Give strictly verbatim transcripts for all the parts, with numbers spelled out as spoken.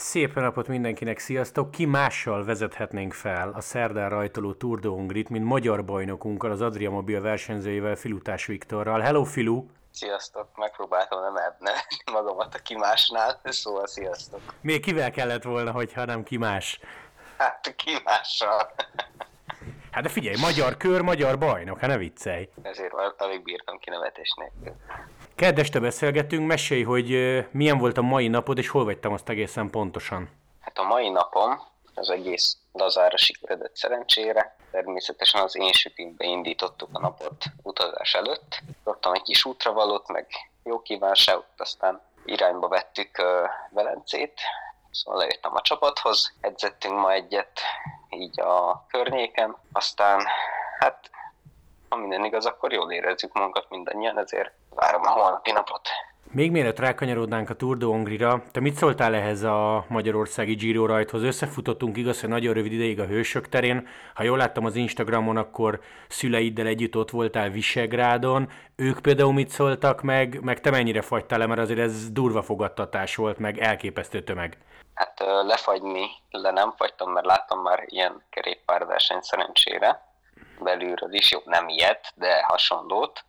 Szép napot mindenkinek, sziasztok! Ki mással vezethetnénk fel a szerdán rajtoló Tour de Hongrit, mint magyar bajnokunkkal, az Adria Mobil versenyzőjével, Filutás Viktorral. Hello, Filu! Sziasztok! Megpróbáltam nem ebne magamat a Ki másnál, szóval sziasztok! Még kivel kellett volna, hogyha nem ki más? Hát Ki mással! Hát de figyelj, magyar kör, magyar bajnok, hát ne viccelj! Ezért alig bírtam kinevetés nélkül. Kedd este beszélgetünk, mesélj, hogy uh, milyen volt a mai napod, és hol vettem azt egészen pontosan. Hát a mai napom az egész lazára sikeredett szerencsére. Természetesen az én sütünkbe indítottuk a napot utazás előtt. Adtam egy kis útravalót, meg jó kívánságot, aztán irányba vettük uh, Velencét. Szóval lejöttem a csapathoz, edzettünk ma egyet így a környéken, aztán hát ha minden igaz, akkor jól érezzük magunkat mindannyian, ezért várom a holnapi napot. Még mielőtt rákanyarodnánk a Tour de Hongrira, te mit szóltál ehhez a magyarországi Giro rajthoz? Összefutottunk, igaz, hogy nagyon rövid ideig a Hősök terén. Ha jól láttam az Instagramon, akkor szüleiddel együtt ott voltál Visegrádon. Ők például mit szóltak meg, meg te mennyire fagytál le, mert azért ez durva fogadtatás volt, meg elképesztő tömeg. Hát lefagyni le nem fagytam, mert láttam már ilyen kerékpárverseny szerencsére. Belülről is, jó, nem ilyet, de hasonlót.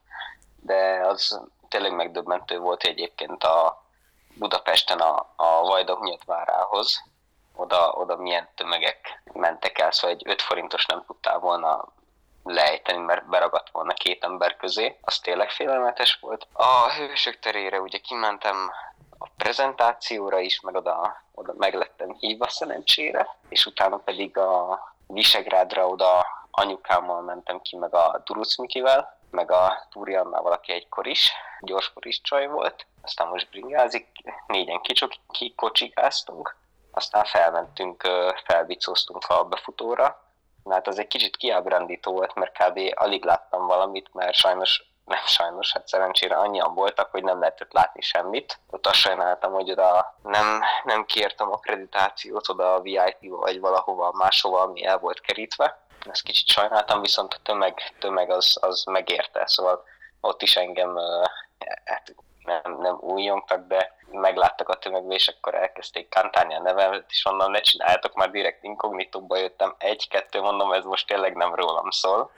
De az tényleg megdöbbentő volt egyébként a Budapesten a, a Vajdog-Nyitvárához. Oda, oda milyen tömegek mentek el, szóval egy öt forintos nem tudtál volna lejteni, mert beragadt volna két ember közé. Az tényleg félelmetes volt. A Hősök terére ugye kimentem a prezentációra is, meg oda, oda meg lettem hívva szerencsére, és utána pedig a Visegrádra oda anyukámmal mentem ki, meg a Duruc Mikivel, meg a Túri Annával, aki egykor is, gyorskor is csaj volt. Aztán most bringázik, négyen kikocsigáztunk, aztán felmentünk, felbicóztunk a befutóra. Hát az egy kicsit kiábrándító volt, mert kb. Alig láttam valamit, mert sajnos, nem sajnos, hát szerencsére annyian voltak, hogy nem lehetett látni semmit. Ott azt sajnáltam, hogy oda nem, nem kértem akkreditációt oda a vé i pé-ba, vagy valahova máshova, ami el volt kerítve. Ezt kicsit sajnáltam, viszont a tömeg, tömeg az, az megérte, szóval ott is engem hát nem, nem újjongtak, de megláttak a tömegbe, és akkor elkezdték kántálni a nevemet, és onnan ne csináljátok, már direkt inkognitóba jöttem, egy-kettő, mondom, ez most tényleg nem rólam szól.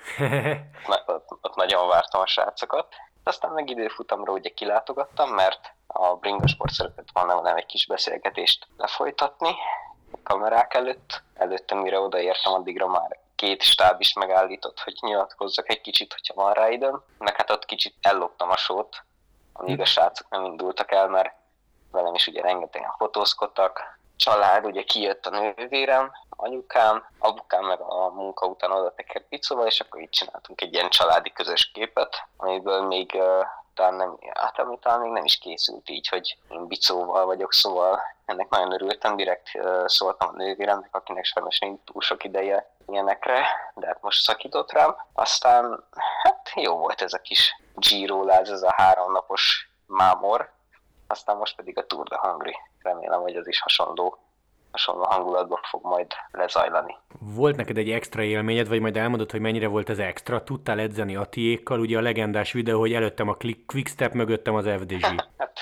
ott, ott nagyon vártam a srácokat. Aztán meg időfutamra ugye kilátogattam, mert a Bringa Sport szeretett volna nem egy kis beszélgetést lefolytatni kamerák előtt. Előtte, mire odaértem, addigra már két stáb is megállított, hogy nyilatkozzak egy kicsit, hogyha van rá időm. Meg hát ott kicsit elloptam a sót, amíg a srácok nem indultak el, mert velem is ugye rengetegen fotózkodtak. Család, ugye kijött a nővérem, anyukám, apukám meg a munka után oda tekert pizzóval, és akkor így csináltunk egy ilyen családi közös képet, amiből még uh, talán, nem, hát, ami talán még nem is készült így, hogy én bicóval vagyok, szóval ennek nagyon örültem, direkt uh, szóltam a nővéremnek, akinek sajnos nincs túl sok ideje ilyenekre, de hát most szakított rám. Aztán hát jó volt ez a kis Giro-láz, ez a háromnapos mámor, aztán most pedig a Tour de Hongri. Remélem, hogy ez is hasonló, hasonló hangulatban fog majd lezajlani. Volt neked egy extra élményed, vagy majd elmondod, hogy mennyire volt ez extra? Tudtál edzeni Attiékkal? Ugye a legendás videó, hogy előttem a Quickstep, mögöttem az ef dé gé. Hát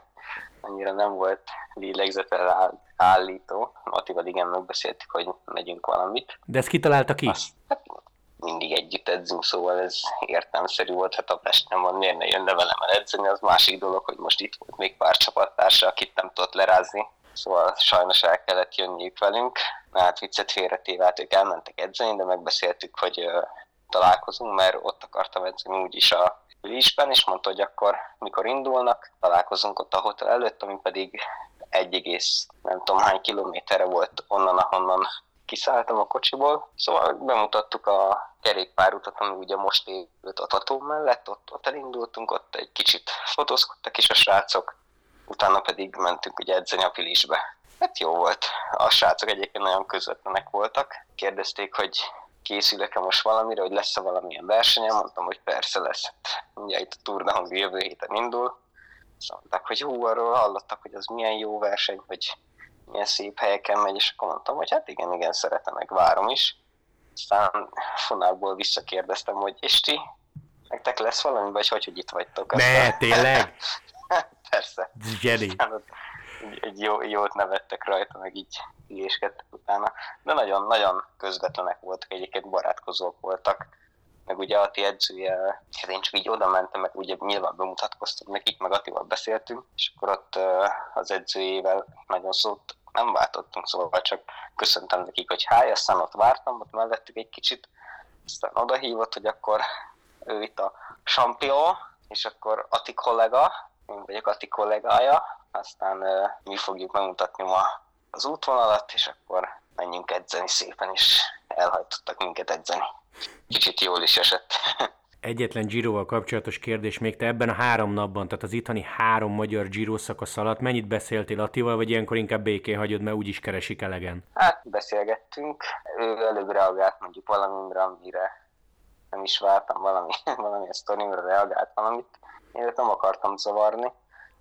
annyira nem volt lélegzetre állító. Attival igen, megbeszéltük, hogy megyünk valamit. De ezt kitalálta ki? Azt, hát mindig együtt edzünk, szóval ez értelmszerű volt, hát a Pesten van, miért ne jönne velem el edzeni, az másik dolog, hogy most itt volt még pár csapattársa, akit nem tudott lerázni, szóval sajnos el kellett jönniük velünk, hát viccet félretéve, hát ők elmentek edzeni, de megbeszéltük, hogy uh, találkozunk, mert ott akartam edzeni úgyis a Lisben, és mondta, hogy akkor mikor indulnak, találkozunk ott a hotel előtt, ami pedig egy egész nem tudom hány kilométerre volt onnan, ahonnan kiszálltam a kocsiból, szóval bemutattuk a kerékpárutat, ami ugye most épült a Tató mellett, ott, ott elindultunk, ott egy kicsit fotózkodtak is a srácok, utána pedig mentünk ugye edzeni a Pilisbe. Hát jó volt, a srácok egyébként nagyon közvetlenek voltak, kérdezték, hogy készülök-e most valamire, hogy lesz-e valamilyen versenyem, mondtam, hogy persze lesz. Ugye itt a Tour de Hongri jövő héten indul, szóval mondták, hogy hú, arról hallottak, hogy az milyen jó verseny, hogy milyen szép helyeken megy, és akkor mondtam, hogy hát igen, igen, szeretem, meg várom is. Aztán fonákból visszakérdeztem, hogy és ti, nektek lesz valami, vagy hogy, hogy itt vagytok? Ne, tényleg? Persze. Zseni. egy jó, jót nevettek rajta, meg így hülyéskedtek utána. De nagyon-nagyon közvetlenek voltak, egyébként barátkozók voltak. Meg ugye Ati edzője, hát én csak így oda mentem, meg ugye nyilván bemutatkoztam nekik, meg Atival beszéltünk, és akkor ott az edzőjével nagyon szót nem váltottunk, szóval csak köszöntem nekik, hogy háj, aztán ott vártam, ott mellettük egy kicsit, aztán oda hívott, hogy akkor ő itt a champion, és akkor Ati kollega, én vagyok Ati kollégája, aztán uh, mi fogjuk megmutatni ma az útvonalat, és akkor menjünk edzeni szépen, és elhajtottak minket edzeni. Kicsit jól is esett. Egyetlen Giroval kapcsolatos kérdés még, te ebben a három napban, tehát az itteni három magyar Giro szakasz alatt mennyit beszéltél Attival, vagy ilyenkor inkább békén hagyod, mert úgyis keresik elegen? Hát beszélgettünk, ő előbb reagált mondjuk valamire, amire nem is vártam, valami, valamilyen sztorimra reagált valamit. Én őt nem akartam zavarni.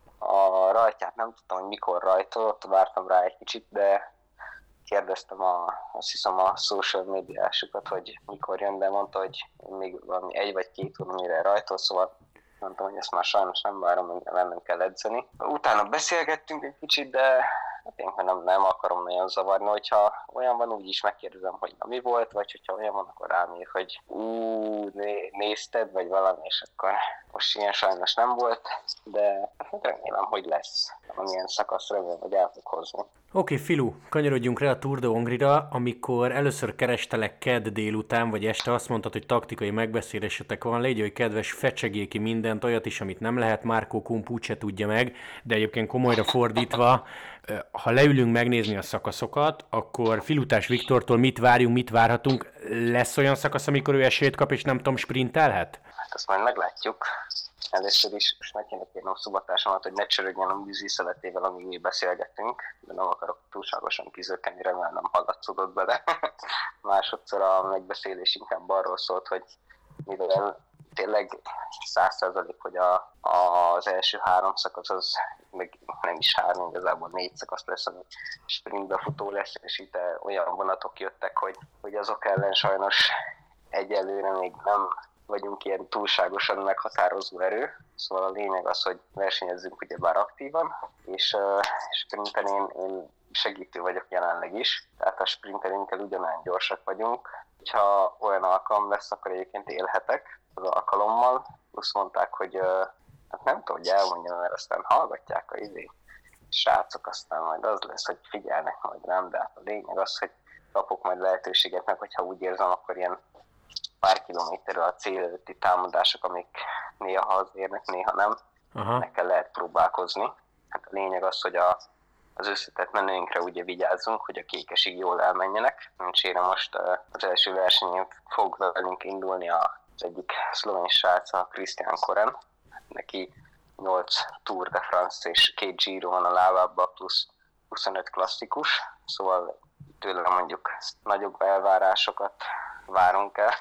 A rajtját nem tudtam, hogy mikor rajtolt, vártam rá egy kicsit, de kérdeztem a, azt hiszem a social médiásokat, hogy mikor jön, de mondta, hogy még valami egy vagy két óra mire rajtol, szóval mondtam, hogy ezt már sajnos nem várom, hogy mennem kell edzeni. Utána beszélgettünk egy kicsit, de hát én nem, nem akarom nagyon zavarni, hogyha olyan van, úgyis megkérdezem, hogy na mi volt, vagy hogyha olyan van, akkor rám ír, hogy ú, né, nézted, vagy valami, és akkor most ilyen sajnos nem volt, de hát remélem, hogy lesz valamilyen szakasz, remélem, hogy el fog hozni. Oké, okay, Filu, kanyarodjunk rá a Tour de Hongrie-ra, amikor először kerestelek kedd délután, vagy este, azt mondtad, hogy taktikai megbeszélésetek van, légy, hogy kedves, fecsegjél ki mindent, olyat is, amit nem lehet, Márkó Kump úgyse tudja meg, de egyébként komolyra fordítva, ha leülünk megnézni a szakaszokat, akkor Filutás Viktortól mit várjunk, mit várhatunk? Lesz olyan szakasz, amikor ő esélyt kap, és nem tudom, sprintelhet? Hát azt majd meglátjuk. Először is most meg kéne kérnem szobatásomat, hogy ne csörögjen a műzi szeletével, amíg mi beszélgetünk, de nem akarok túlságosan kizökkenni, remélem nem hallatszódott bele. Másodszor a megbeszélés inkább arról szólt, hogy mivel tényleg száz százalék, hogy a, a, az első három szakasz, az meg nem is három, igazából négy szakasz lesz, ami sprintbe futó lesz, és itt olyan vonatok jöttek, hogy, hogy azok ellen sajnos egyelőre még nem vagyunk ilyen túlságosan meghatározó erő, szóval a lényeg az, hogy versenyezzünk ugyebár aktívan, és uh, sprinten én, én segítő vagyok jelenleg is, tehát a sprinterinkkel ugyanolyan gyorsak vagyunk. Ha olyan alkalom lesz, akkor egyébként élhetek az alkalommal, plusz mondták, hogy uh, hát nem tudom, hogy elmondjam, mert aztán hallgatják a izé. Srácok, aztán majd az lesz, hogy figyelnek majd rám, de hát a lényeg az, hogy kapok majd lehetőséget, meg hogyha úgy érzem, akkor ilyen pár kilométerről a cél előtti támadások, amik néha hazérnek, néha nem. Aha. Meg kell lehet próbálkozni. Hát a lényeg az, hogy a, az összetett menőinkre ugye vigyázzunk, hogy a kékesig jól elmenjenek. Nincsére most az első versenyen fog velünk indulni az egyik szlovén srác, a Christian Koren. Neki nyolc Tour de France és két Giro van a lábában, plusz huszonöt klasszikus. Szóval tőle mondjuk nagyobb elvárásokat várunk el,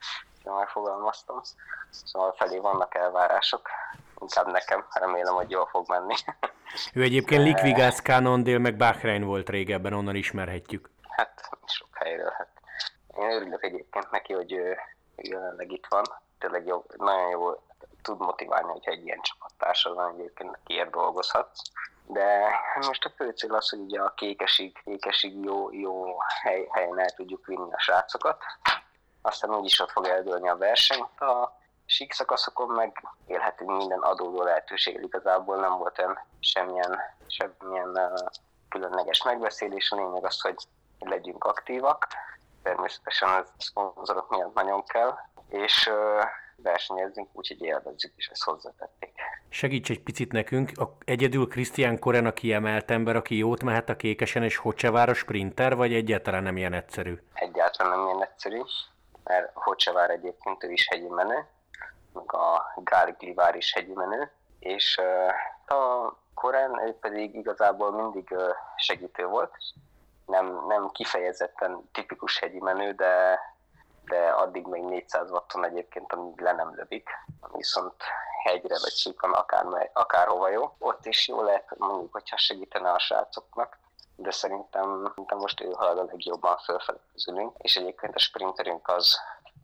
ha megfogalmaztam. Szóval felé vannak elvárások, inkább nekem, remélem, hogy jól fog menni. Ő egyébként Liquigas, Cannondale, meg Bahrein volt régebben, onnan ismerhetjük. Hát sok helyről. Hát. Én örülök egyébként neki, hogy ő jelenleg itt van. Tényleg jó, nagyon jó tud motiválni, hogyha egy ilyen csapattársad van, egyébként kiért dolgozhatsz. De most a fő cél az, hogy ugye a kékesig, kékesig jó, jó hely, helyen el tudjuk vinni a srácokat. Aztán úgyis ott fog eldőlni a verseny. A sík szakaszokon meg élhetünk minden adódó lehetőség. Igazából nem volt olyan semmilyen, semmilyen uh, különleges megbeszélés. A lényeg az, hogy legyünk aktívak. Természetesen a szponzorok miatt nagyon kell. És uh, versenyezzünk, úgyhogy élvezzük, és ezt hozzátették. Segíts egy picit nekünk, a, egyedül Christian Koren a kiemelt ember, aki jót mehet a kékesen, és Hocsevár a sprinter, vagy egyáltalán nem ilyen egyszerű? Egyáltalán nem ilyen egyszerű, mert Hocsevár egyébként ő is hegyi menő, meg a Gálik Livár is hegyi menő, és uh, a Koren ő pedig igazából mindig uh, segítő volt, nem, nem kifejezetten tipikus hegyi menő, de de addig még négyszáz watton egyébként, amíg le nem lövik, viszont hegyre vagy síkon akár, akárhova jó. Ott is jó lehet, mondjuk, hogyha segítene a srácoknak, de szerintem, szerintem most ő halad a legjobban fölfelé közülünk, és egyébként a sprinterünk az,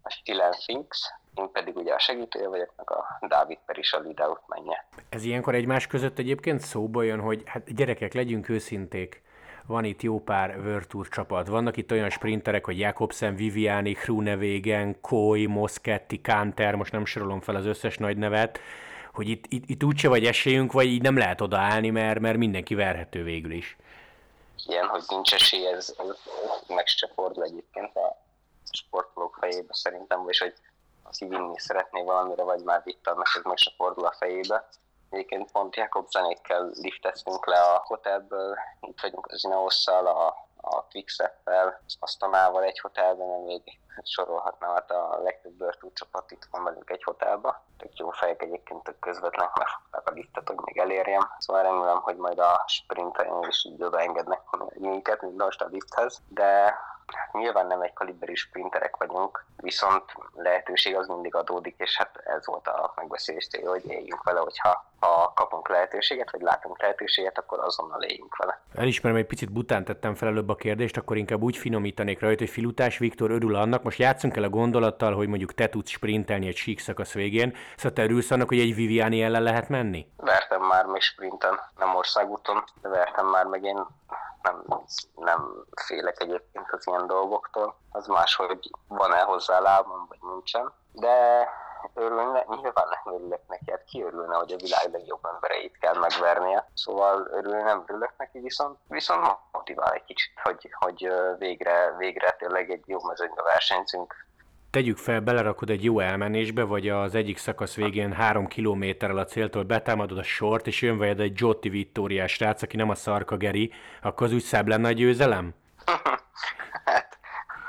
a Stilen Finks, én pedig ugye a segítője vagyok, meg a Dávid Peris a lead-out menje. Ez ilyenkor egymás között egyébként szóba jön, hogy hát gyerekek, legyünk őszinték, van itt jó pár World Tour csapat. Vannak itt olyan sprinterek, hogy Jakobsen, Viviani, Groenewegen, Koy, Moschetti, Kanter, most nem sorolom fel az összes nagy nevet, hogy itt, itt, itt úgyse vagy esélyünk, vagy így nem lehet odaállni, mert, mert mindenki verhető végül is. Ilyen, hogy nincs esély, ez, ez meg se fordul egyébként a sportolók fejébe szerintem, vagyis hogy aki vinni szeretné valamire, vagy már vitt, annak ez meg se fordul a fejébe. Egyébként pont Jakobsenékkel lifteztünk le a hotelből, itt vagyunk az Ineosszal, a, a Quickstep-fel, Astanával egy hotelben, mert még sorolhatnám, hát a legtöbb World Tour csapat itt van velünk egy hotelba. Tök jó fejek egyébként, tök közvetlenek, megfogták a liftet, hogy még elérjem. Szóval remélem, hogy majd a sprinten is így odaengednek minket, mint most a lifthez, de hát nyilván nem egy kaliberű sprinterek vagyunk, viszont lehetőség az mindig adódik, és hát ez volt a megbeszélés célja, hogy éljünk vele, hogyha ha kapunk lehetőséget, vagy látunk lehetőséget, akkor azonnal éljünk vele. Elismerem, egy picit bután tettem fel előbb a kérdést, akkor inkább úgy finomítanék rajta, hogy Filutás Viktor örül annak, most játszunk el a gondolattal, hogy mondjuk te tudsz sprintelni egy sík szakasz végén, szóval te örülsz annak, hogy egy Viviani ellen lehet menni? Vertem már még sprinten, nem országúton, de vertem már, meg én nem, nem félek egyébként az ilyen dolgoktól. Az más, hogy van-e hozzá lábam, vagy nincsen. De örülne, nyilván nem örülök neki, hát ki örülne, hogy a világ legjobb embereit kell megvernie. Szóval örülni nem örülök neki, viszont, viszont motivál egy kicsit, hogy, hogy végre, végre tényleg egy jó mezőnybe versenyzünk. Tegyük fel, belerakod egy jó elmenésbe, vagy az egyik szakasz végén három kilométerrel a céltól betámadod a sort, és jön veled egy Giotti Vittoriás srác, aki nem a Szarka Geri, akkor az úgy szebb lenne a győzelem? Hát...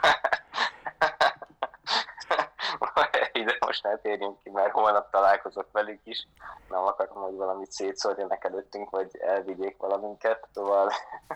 Ide most ne térjünk ki, mert holnap találkozok velük is. Nem akarom, hogy valamit szétszórjanak előttünk, vagy elvigyék valaminket. Szóval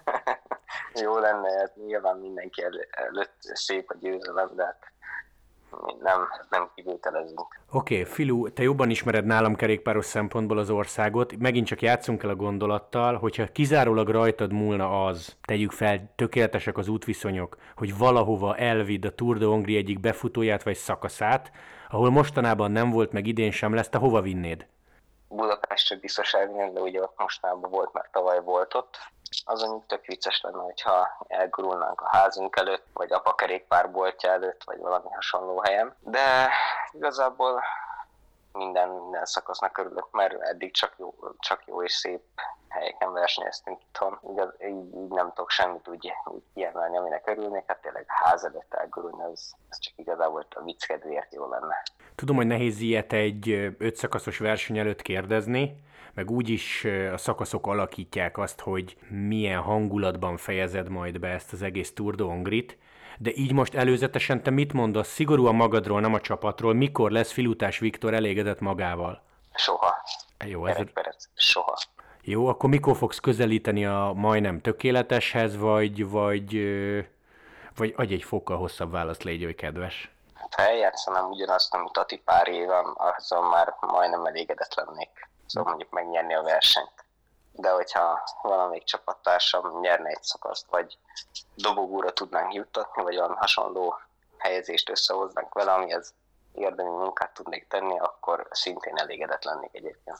jó lenne, hát nyilván mindenki előtt szép a győzelem, de hát nem, nem kivételezünk. Oké, okay, Filu, te jobban ismered nálam kerékpáros szempontból az országot, megint csak játszunk el a gondolattal, hogyha kizárólag rajtad múlna az, tegyük fel, tökéletesek az útviszonyok, hogy valahova elvidd a Tour de Hongrie egyik befutóját vagy szakaszát, ahol mostanában nem volt, meg idén sem lesz, te hova vinnéd? Budapestre biztos elvinnéd, de ugye ott mostanában volt, mert tavaly volt ott. Azon tök vicces lenne, hogyha elgurulnánk a házunk előtt, vagy apa kerékpárboltja előtt, vagy valami hasonló helyen. De igazából minden, minden szakasznak örülök, mert eddig csak jó, csak jó és szép helyeken versenyeztünk itthon. Igaz, így, így nem tudok semmit úgy, úgy kiemelni, aminek örülnék. Hát tényleg a ház előtt elgurulni, az, az csak igazából a vicc kedvéért jó lenne. Tudom, hogy nehéz ilyet egy ötszakaszos verseny előtt kérdezni, meg úgyis a szakaszok alakítják azt, hogy milyen hangulatban fejezed majd be ezt az egész Tour de Hongrit, de így most előzetesen te mit mondasz szigorúan magadról, nem a csapatról, mikor lesz Filutás Viktor elégedett magával? Soha. Jó, ez... Perec, soha. Jó, akkor mikor fogsz közelíteni a majdnem tökéleteshez, vagy, vagy, vagy adj egy fokkal hosszabb választ, légy oly kedves. Ha eljátszanám ugyanazt, amit Tati pár éven, azon már majdnem elégedett lennék. Szóval mondjuk megnyerni a versenyt. De hogyha valamelyik csapattársam nyerne egy szakaszt, vagy dobogóra tudnánk juttatni, vagy valami hasonló helyezést összehoznánk vele, amihez érdemi munkát tudnék tenni, akkor szintén elégedett lennék egyébként.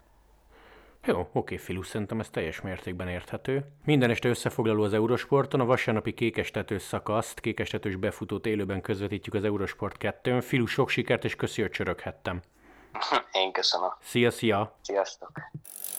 Jó, oké, Filu, szerintem ez teljes mértékben érthető. Minden este összefoglaló az Eurosporton, a vasárnapi kékestetős szakaszt, kékestetős befutót élőben közvetítjük az Eurosport kettőn. Filu, sok sikert, és köszi, hogy csöröghettem. Én köszönöm. Szia, szia! Sziasztok!